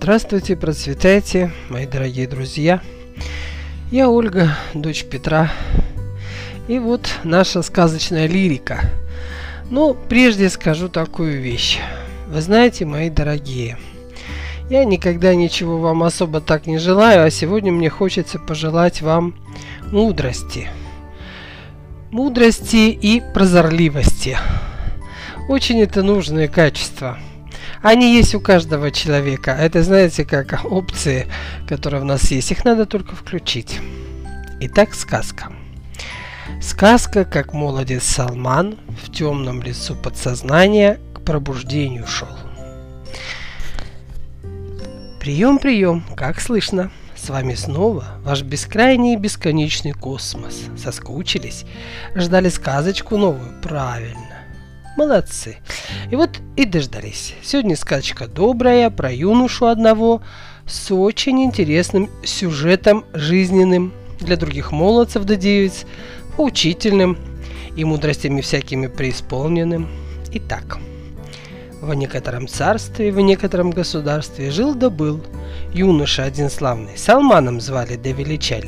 Здравствуйте, процветайте, мои дорогие друзья. Я Ольга, дочь Петра. И вот наша сказочная лирика. Но прежде скажу такую вещь. Вы знаете, мои дорогие, я никогда ничего вам особо так не желаю, а сегодня мне хочется пожелать вам мудрости. Мудрости и прозорливости. Очень это нужные качества. Они есть у каждого человека. Это, знаете, как опции, которые у нас есть. Их надо только включить. Итак, сказка. Сказка, как молодец Салман в темном лесу подсознания к пробуждению шел. Прием, прием, как слышно? С вами снова ваш бескрайний и бесконечный космос. Соскучились? Ждали сказочку новую? Правильно. Молодцы. И вот и дождались. Сегодня сказочка добрая про юношу одного с очень интересным сюжетом жизненным для других молодцев да девиц, поучительным и мудростями всякими преисполненным. Итак, в некотором царстве, в некотором государстве жил да был юноша один славный, Салманом звали да величали.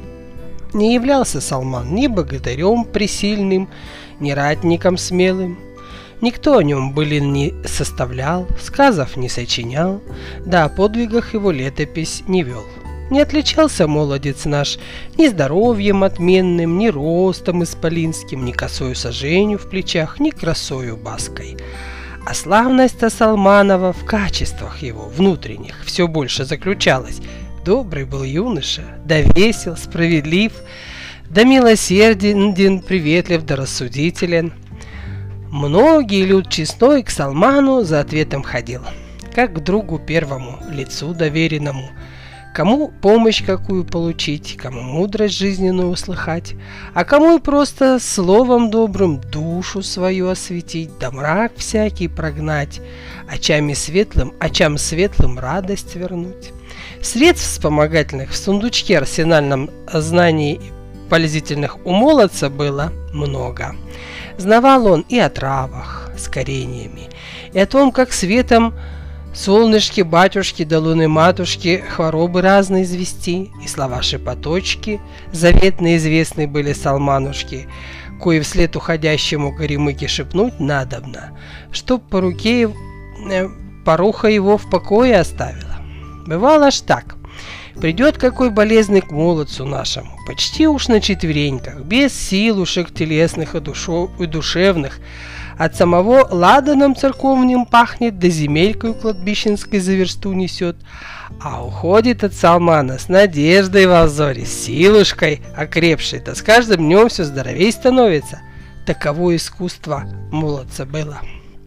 Не являлся Салман ни богатырем пресильным, ни ратником смелым. Никто о нем былин не составлял, сказов не сочинял, да о подвигах его летопись не вел. Не отличался молодец наш ни здоровьем отменным, ни ростом исполинским, ни косою саженью в плечах, ни красою баской. А славность-то Салманова в качествах его внутренних все больше заключалась. Добрый был юноша, да весел, справедлив, да милосерден, приветлив, да рассудителен. Многие люд честной к Салману за ответом ходил, как к другу первому, лицу доверенному, кому помощь какую получить, кому мудрость жизненную услыхать, а кому и просто словом добрым душу свою осветить, да мрак всякий прогнать, очам светлым радость вернуть. Средств вспомогательных в сундучке арсенальном знаний полезительных у молодца было много. Знавал он и о травах с кореньями, и о том, как светом солнышки, батюшки да луны матушки хворобы разные извести, и слова шепоточки заветно известны были Салманушки, кои вслед уходящему горемыке шепнуть надобно, чтоб по руке поруха его в покое оставила. Бывало аж так. Придет какой болезный к молодцу нашему, почти уж на четвереньках, без силушек телесных и душевных, от самого ладаном церковным пахнет, да земелькою кладбищенской за версту несет, а уходит от Салмана с надеждой во взоре, с силушкой окрепшей, да с каждым днем все здоровей становится. Таково искусство молодца было.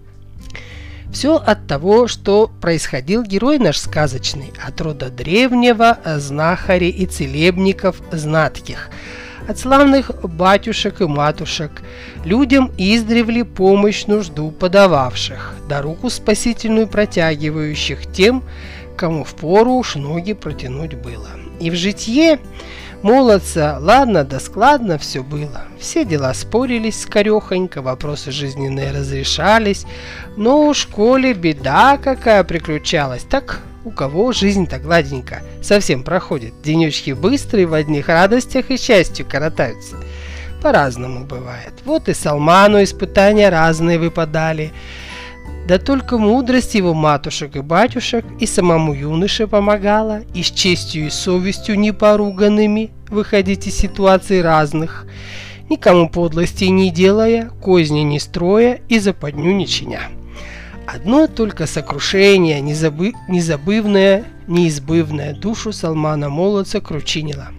Все от того, что происходил герой наш сказочный, от рода древнего, знахарей и целебников знатких, от славных батюшек и матушек, людям издревле помощь нужду подававших, да руку спасительную протягивающих тем, кому впору уж ноги протянуть было. И в житье молодца ладно да складно все было. Все дела спорились скорехонько, вопросы жизненные разрешались, но уж коли беда какая приключалась, так у кого жизнь-то гладенько совсем проходит. Денечки быстрые в одних радостях и счастью коротаются. По-разному бывает. Вот и Салману испытания разные выпадали. Да только мудрость его матушек и батюшек и самому юноше помогала, и с честью и совестью непоруганными выходить из ситуаций разных, никому подлости не делая, козни не строя и западню не чиня. Одно только сокрушение, незабывное, неизбывное душу Салмана молодца кручинило.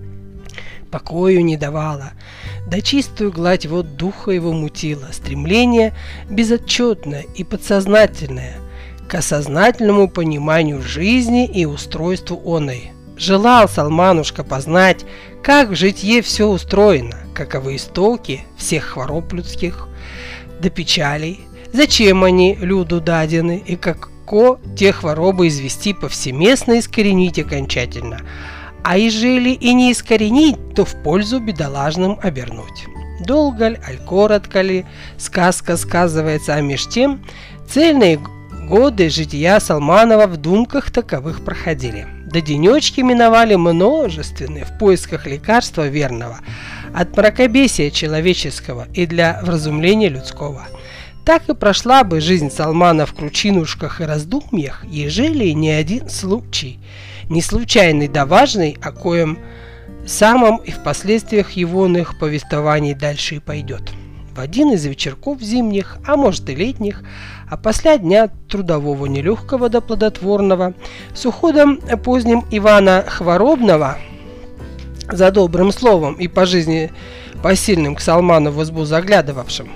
Покою не давала, да чистую гладь вот духа его мутила, стремление безотчетное и подсознательное к осознательному пониманию жизни и устройству оной. Желал Салманушка познать, как в житье все устроено, каковы истоки всех хвороб людских, да печалей, зачем они люду дадены и како те хворобы извести повсеместно искоренить окончательно, а ежели и не искоренить, то в пользу бедолажным обернуть. Долго ли, аль коротко ли, сказка сказывается, а меж тем цельно и Годы жития Салманова в думках таковых проходили. Да денечки миновали множественные в поисках лекарства верного от мракобесия человеческого и для вразумления людского. Так и прошла бы жизнь Салмана в кручинушках и раздумьях, ежели ни один случай, не случайный да важный, о коем самом и в последствиях егоных повествований дальше и пойдет. В один из вечерков зимних, а может и летних, а после дня трудового нелегкого да плодотворного, с уходом поздним Ивана Хворобного, за добрым словом и по жизни посильным к Салману в избу заглядывавшим,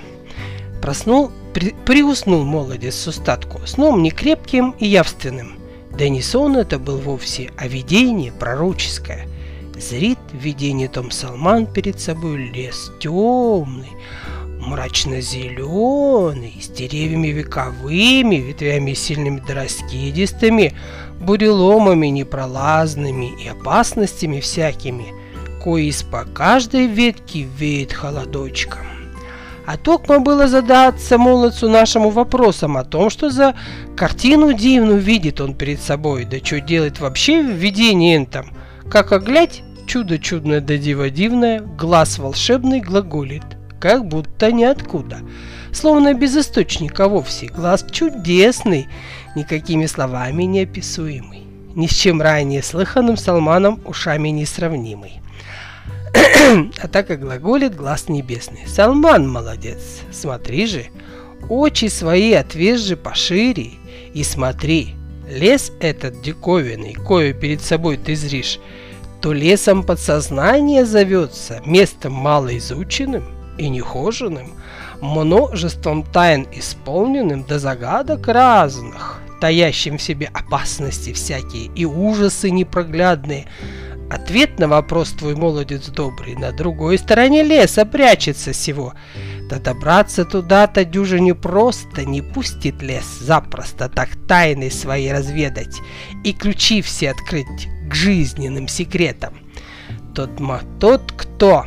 приуснул молодец с устатку, сном некрепким и явственным. Да не сон это был вовсе, а видение пророческое. Зрит в видении том Салман перед собой лес темный, мрачно-зеленый, с деревьями вековыми, ветвями сильными да раскидистыми, буреломами непролазными и опасностями всякими, кои из-по каждой ветки веет холодочком. А токмо было задаться молодцу нашему вопросом о том, что за картину дивную видит он перед собой, да что делает вообще в видении этом, как оглядь, чудо чудное да диво дивное, глаз волшебный глаголит, как будто ниоткуда, словно без источника вовсе, глаз чудесный, никакими словами не описуемый, ни с чем ранее слыханным Салманом ушами несравнимый. А так и глаголит глаз небесный. Салман молодец, смотри же, очи свои отвежь пошире, и смотри, лес этот диковинный, кою перед собой ты зришь, то лесом подсознания зовется, местом малоизученным и нехоженным, множеством тайн исполненным до загадок разных, таящим в себе опасности всякие и ужасы непроглядные. Ответ на вопрос твой, молодец добрый, на другой стороне леса прячется сего. Да добраться туда-то дюже непросто, не пустит лес запросто так тайны свои разведать и ключи все открыть к жизненным секретам. Тот, кто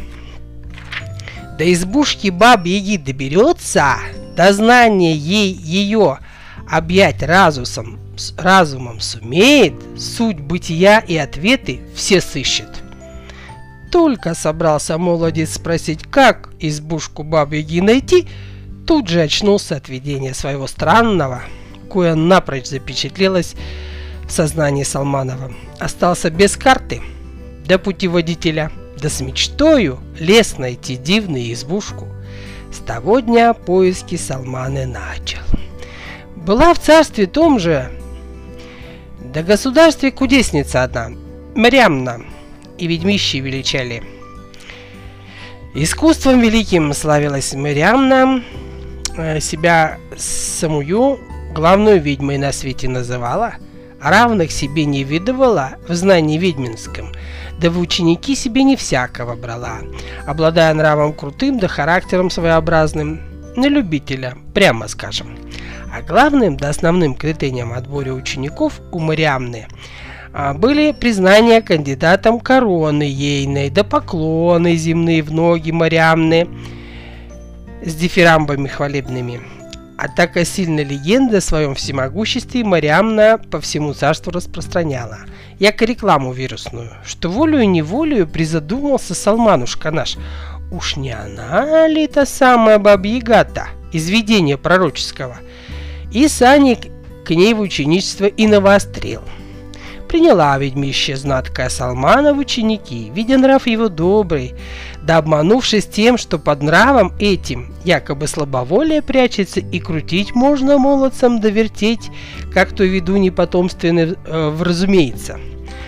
до избушки бабы-яги доберется, до знания ее объять разумом сумеет, суть бытия и ответы все сыщет. Только собрался молодец спросить, как избушку бабы-яги найти, тут же очнулся от видения своего странного, кое напрочь запечатлелось в сознании Салманова. Остался без карты, до путеводителя, да с мечтою лес найти дивную избушку. С того дня поиски Салман и начал. Была в царстве том же, да государстве кудесница одна, Мрямна, и ведьмищи величали. Искусством великим славилась Мрямна, себя самую главную ведьмой на свете называла, равных себе не видывала в знании ведьминском, да в ученики себе не всякого брала, обладая нравом крутым да характером своеобразным, на любителя, прямо скажем. А главным да основным критерием отбора учеников у Мрямны были признания кандидатам короны ейной, да поклоны земные в ноги Мрямны с дифирамбами хвалебными. А так сильно легенда о своем всемогуществе Мрямна по всему царству распространяла, яко рекламу вирусную, что волею-неволею призадумался Салманушка наш, уж не она ли та самая баба-яга-то из видения пророческого, и сани к ней в ученичество и навострил. Приняла ведьмища знаткая Салмана в ученики, видя нрав его добрый, да обманувшись тем, что под нравом этим якобы слабоволие прячется и крутить можно молодцам да вертеть, как то виду непотомственный вразумеется.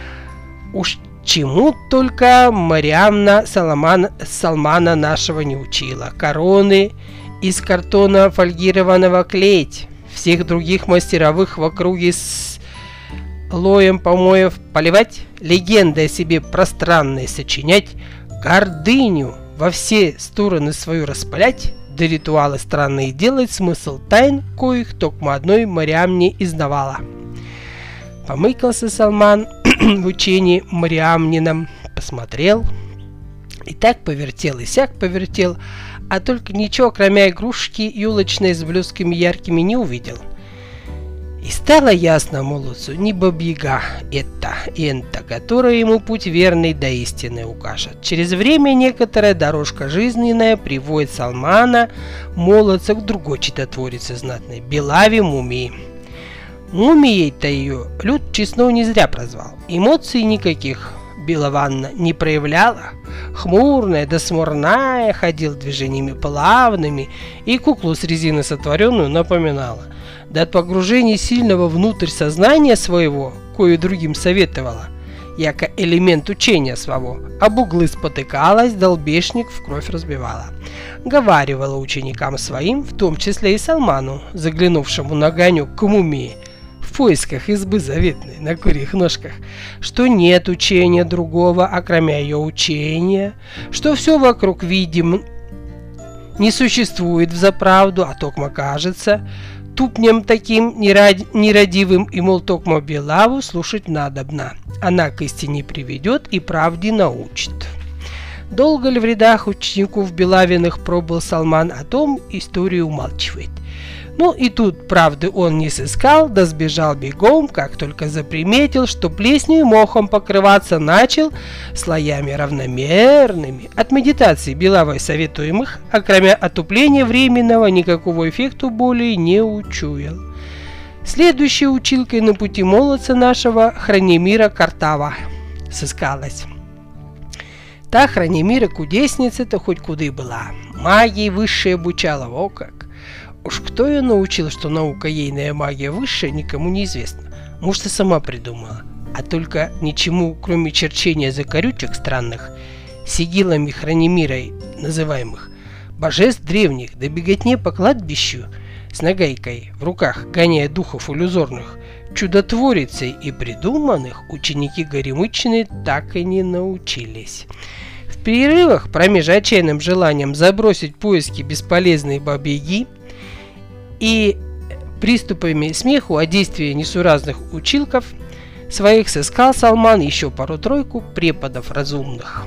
Уж чему только Мрямна Салмана нашего не учила. Короны из картона фольгированного клеить, всех других мастеровых в округе с лоем помоев поливать, легенды о себе пространные сочинять, гордыню во все стороны свою распылять, да ритуалы странные делать, смысл тайн, коих токмо одной Мрямне изнавала. Помыкался Салман в учении Мрямнином, посмотрел, и так повертел, и сяк повертел, а только ничего, кроме игрушки юлочной с блесками яркими, не увидел. И стало ясно молодцу, не баба-яга это, энта, которая ему путь верный до истины укажет. Через время некоторая дорожка жизненная приводит Салмана, молодца, к другой читотворице знатной, Белаве Мумии. Мумией-то ее люд честно не зря прозвал. Эмоций никаких Белованна не проявляла. Хмурная да смурная, ходил движениями плавными и куклу с резины сотворенную напоминала. Да от погружения сильного внутрь сознания своего, кое другим советовала, яко элемент учения своего, об углы спотыкалась, долбешник в кровь разбивала. Говаривала ученикам своим, в том числе и Салману, заглянувшему на огонек к Мумии, в поисках избы заветной на курьих ножках, что нет учения другого, окромя ее учения, что все вокруг видим не существует взаправду, а токмо кажется, тупнем таким нерадивым, и, мол, токмо Белаву слушать надобно. Она к истине приведет и правде научит. Долго ли в рядах учеников Белавиных пробыл Салман, о том историю умалчивает. Ну и тут правды он не сыскал, да сбежал бегом, как только заприметил, что плесенью и мохом покрываться начал слоями равномерными. От медитации Белавой советуемых, окромя отупления временного, никакого эффекту более не учуял. Следующей училкой на пути молодца нашего Хранимира Картава сыскалась. Та Хранимира кудесница-то хоть куды была, магии высшей обучала, во как. Уж кто ее научил, что наука ейная магия высшая, никому не известно. Может, и сама придумала. А только ничему, кроме черчения закорючек странных, сигилами Хранимирой называемых, божеств древних, да беготне по кладбищу с нагайкой в руках, гоняя духов иллюзорных, чудотворицей и придуманных, ученики Горемычные так и не научились. В перерывах, промеж отчаянным желанием забросить поиски бесполезной бабы-яги и приступами смеху о действии несуразных училков своих, сыскал Салман еще пару-тройку преподов разумных,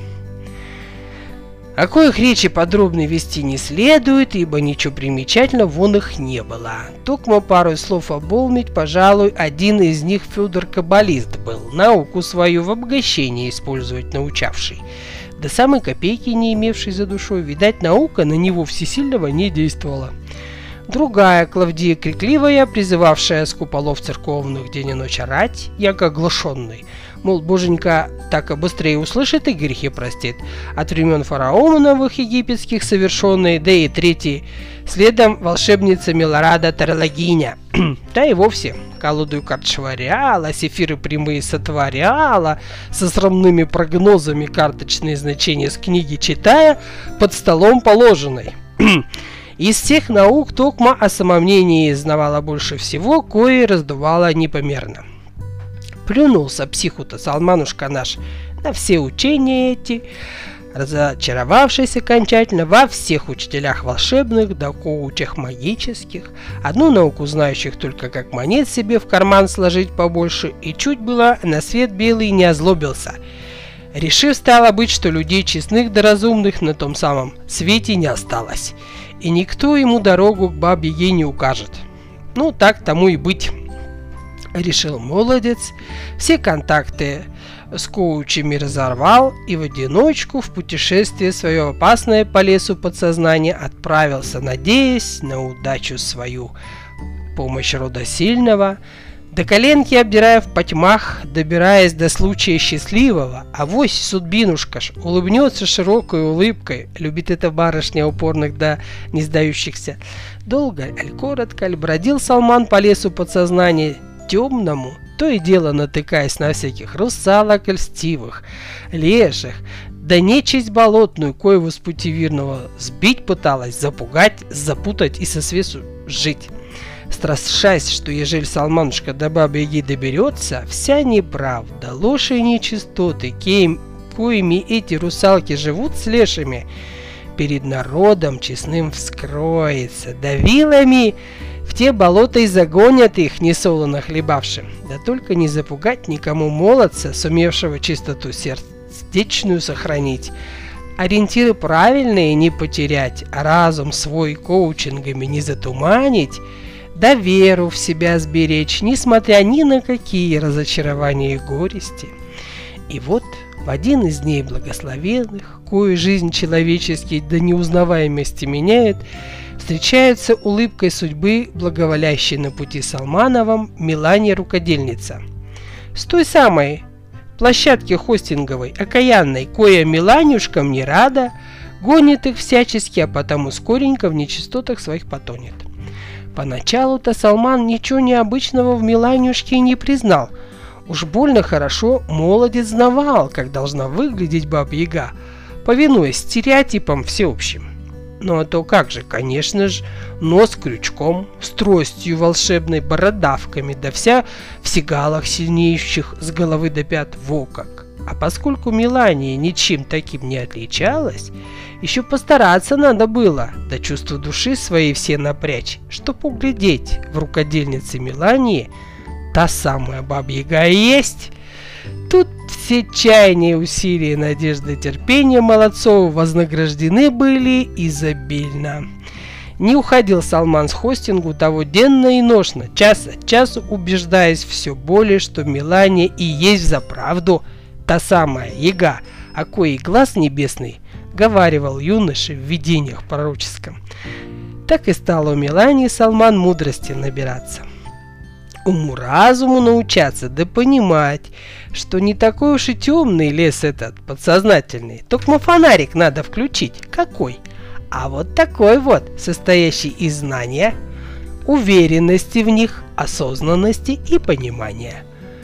о коих речи подробно вести не следует, ибо ничего примечательного вон их не было. Токмо пару слов оболмить, пожалуй, один из них Федор Каббалист был, науку свою в обогащении использовать научавший. До самой копейки не имевший за душой, видать, наука на него всесильного не действовала. Другая, Клавдия Крикливая, призывавшая скуполов церковных день и ночь орать, яко оглашенный, мол, боженька так и быстрее услышит и грехи простит, от времен фараоновых египетских совершенные, да и третий, следом волшебница Милорада Тарологиня, да и вовсе колоду карт швыряла, сефиры прямые сотворяла, со срамными прогнозами карточные значения с книги читая, под столом положенной. Из всех наук токмо о самомнении знавала больше всего, кое раздувала непомерно. Плюнулся психу-то Салманушка наш на все учения эти, разочаровавшись окончательно во всех учителях волшебных да коучах магических, одну науку знающих только как монет себе в карман сложить побольше, и чуть было на свет белый не озлобился, решив стало быть, что людей честных да разумных на том самом свете не осталось, и никто ему дорогу к бабе-яге не укажет. Ну, так тому и быть, решил молодец, все контакты с коучами разорвал и в одиночку в путешествие свое опасное по лесу подсознания отправился, надеясь на удачу свою, помощь рода сильного, до коленки обдирая в потьмах, добираясь до случая счастливого, авось судьбинушка ж улыбнется широкой улыбкой, любит эта барышня упорных да не сдающихся. Долго аль коротко аль бродил Салман по лесу подсознания темному, то и дело натыкаясь на всяких русалок льстивых, леших, да нечисть болотную, коего с пути верного сбить пыталась, запугать, запутать и со свесу жить. Страшась, что ежели Салманушка до бабы-яги доберется, вся неправда, ложь и нечистоты, коими эти русалки живут с лешими, перед народом честным вскроется, да вилами в те болота и загонят их, несолоно хлебавшим. Да только не запугать никому молодца, сумевшего чистоту сердечную сохранить, ориентиры правильные не потерять, а разум свой коучингами не затуманить, да веру в себя сберечь, несмотря ни на какие разочарования и горести. И вот в один из дней благословенных, кою жизнь человеческий до неузнаваемости меняет, встречается улыбкой судьбы, благоволящей на пути Салмановым, Милане-рукодельница. С той самой площадки хостинговой, окаянной, коя Миланюшкам не рада, гонит их всячески, а потому скоренько в нечистотах своих потонет. Поначалу-то Салман ничего необычного в Миланюшке не признал. Уж больно хорошо молодец знавал, как должна выглядеть Баба-Яга, повинуясь стереотипам всеобщим. Ну а то как же, конечно же, нос крючком, с тростью волшебной, бородавками, да вся в сигалах сильнеющих с головы до пят, во как. А поскольку Милания ничем таким не отличалась, еще постараться надо было, да чувство души своей все напрячь, чтоб углядеть в рукодельнице Милании та самая Баба-Яга и есть. Тут все чаяния, усилия, надежды, терпения молодцов вознаграждены были изобильно. Не уходил Салман с хостингу того денно и ношно, час от часу убеждаясь все более, что Милания и есть взаправду та самая Яга, о коей глаз небесный говаривал юноше в видениях пророческом. Так и стал у Милании Салман мудрости набираться. Уму-разуму научаться, да понимать, что не такой уж и темный лес этот, подсознательный. Только фонарик надо включить. Какой? А вот такой вот, состоящий из знания, уверенности в них, осознанности и понимания.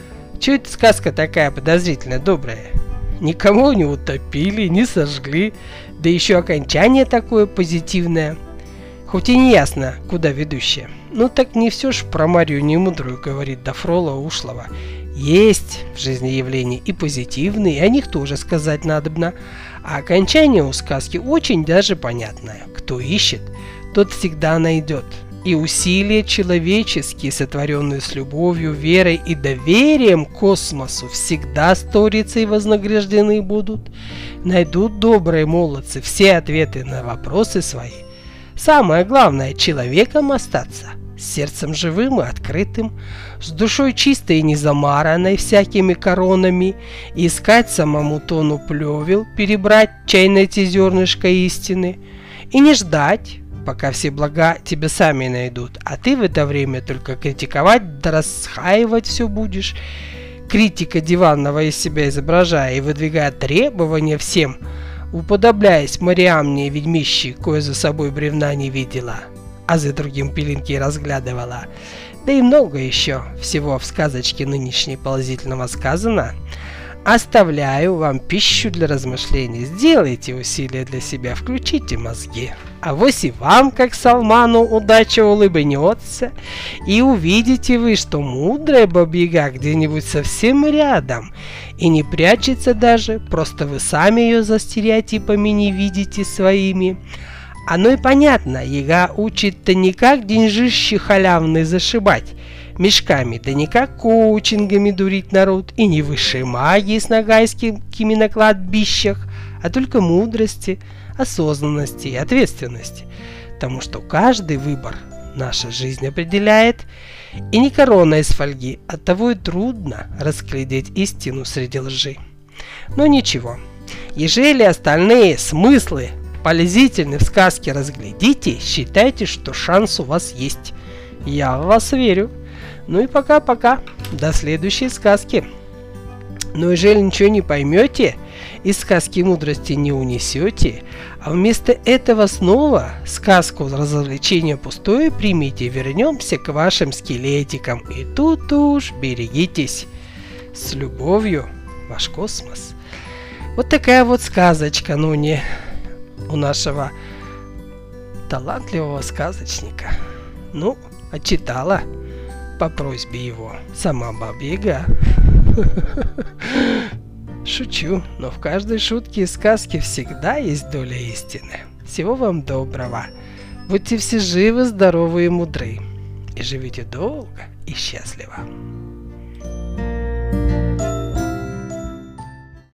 Чё это сказка такая подозрительно добрая? Никого не утопили, не сожгли, да еще окончание такое позитивное. Хоть и не ясно, куда ведущее. Ну так не все ж про Марию Немудрую, говорит Дафрола ушлого. Есть в жизни явления и позитивные, и о них тоже сказать надобно. А окончание у сказки очень даже понятное. Кто ищет, тот всегда найдет. И усилия человеческие, сотворенные с любовью, верой и доверием к космосу, всегда сторицей вознаграждены будут. Найдут добрые молодцы все ответы на вопросы свои. Самое главное — человеком остаться, с сердцем живым и открытым, с душой чистой и не замаранной всякими коронами, искать самому тону плевел, перебрать чай найти зернышко истины, и не ждать, пока все блага тебя сами найдут, а ты в это время только критиковать да расхаивать все будешь, критика диванного из себя изображая и выдвигая требования всем, уподобляясь Мариамне ведьмищи, кое за собой бревна не видела, а за другим пылинки разглядывала. Да и много еще всего в сказочке нынешней положительного сказано. Оставляю вам пищу для размышлений. Сделайте усилия для себя, включите мозги. Авось и вам, как Салману, удача улыбнется, и увидите вы, что мудрая Баба-Яга где-нибудь совсем рядом, и не прячется даже, просто вы сами ее за стереотипами не видите своими. Оно и понятно, Яга учит-то не как деньжище халявные зашибать мешками, да не как коучингами дурить народ, и не высшей магии с нагайскими на кладбищах, а только мудрости, осознанности и ответственности. Потому что каждый выбор наша жизнь определяет, и не корона из фольги, оттого и трудно расглядеть истину среди лжи. Но ничего, ежели остальные смыслы полезительны в сказке разглядите, считайте, что шанс у вас есть. Я в вас верю. Ну и пока-пока. До следующей сказки. Но ежели ничего не поймете, из сказки мудрости не унесете, а вместо этого снова сказку развлечения пустое примите, вернемся к вашим скелетикам. И тут уж берегитесь. С любовью, ваш космос. Вот такая вот сказочка, ну не у нашего талантливого сказочника. Ну, отчитала по просьбе его сама Баба-Яга. Шучу, но в каждой шутке и сказке всегда есть доля истины. Всего вам доброго. Будьте все живы, здоровы и мудры. И живите долго и счастливо.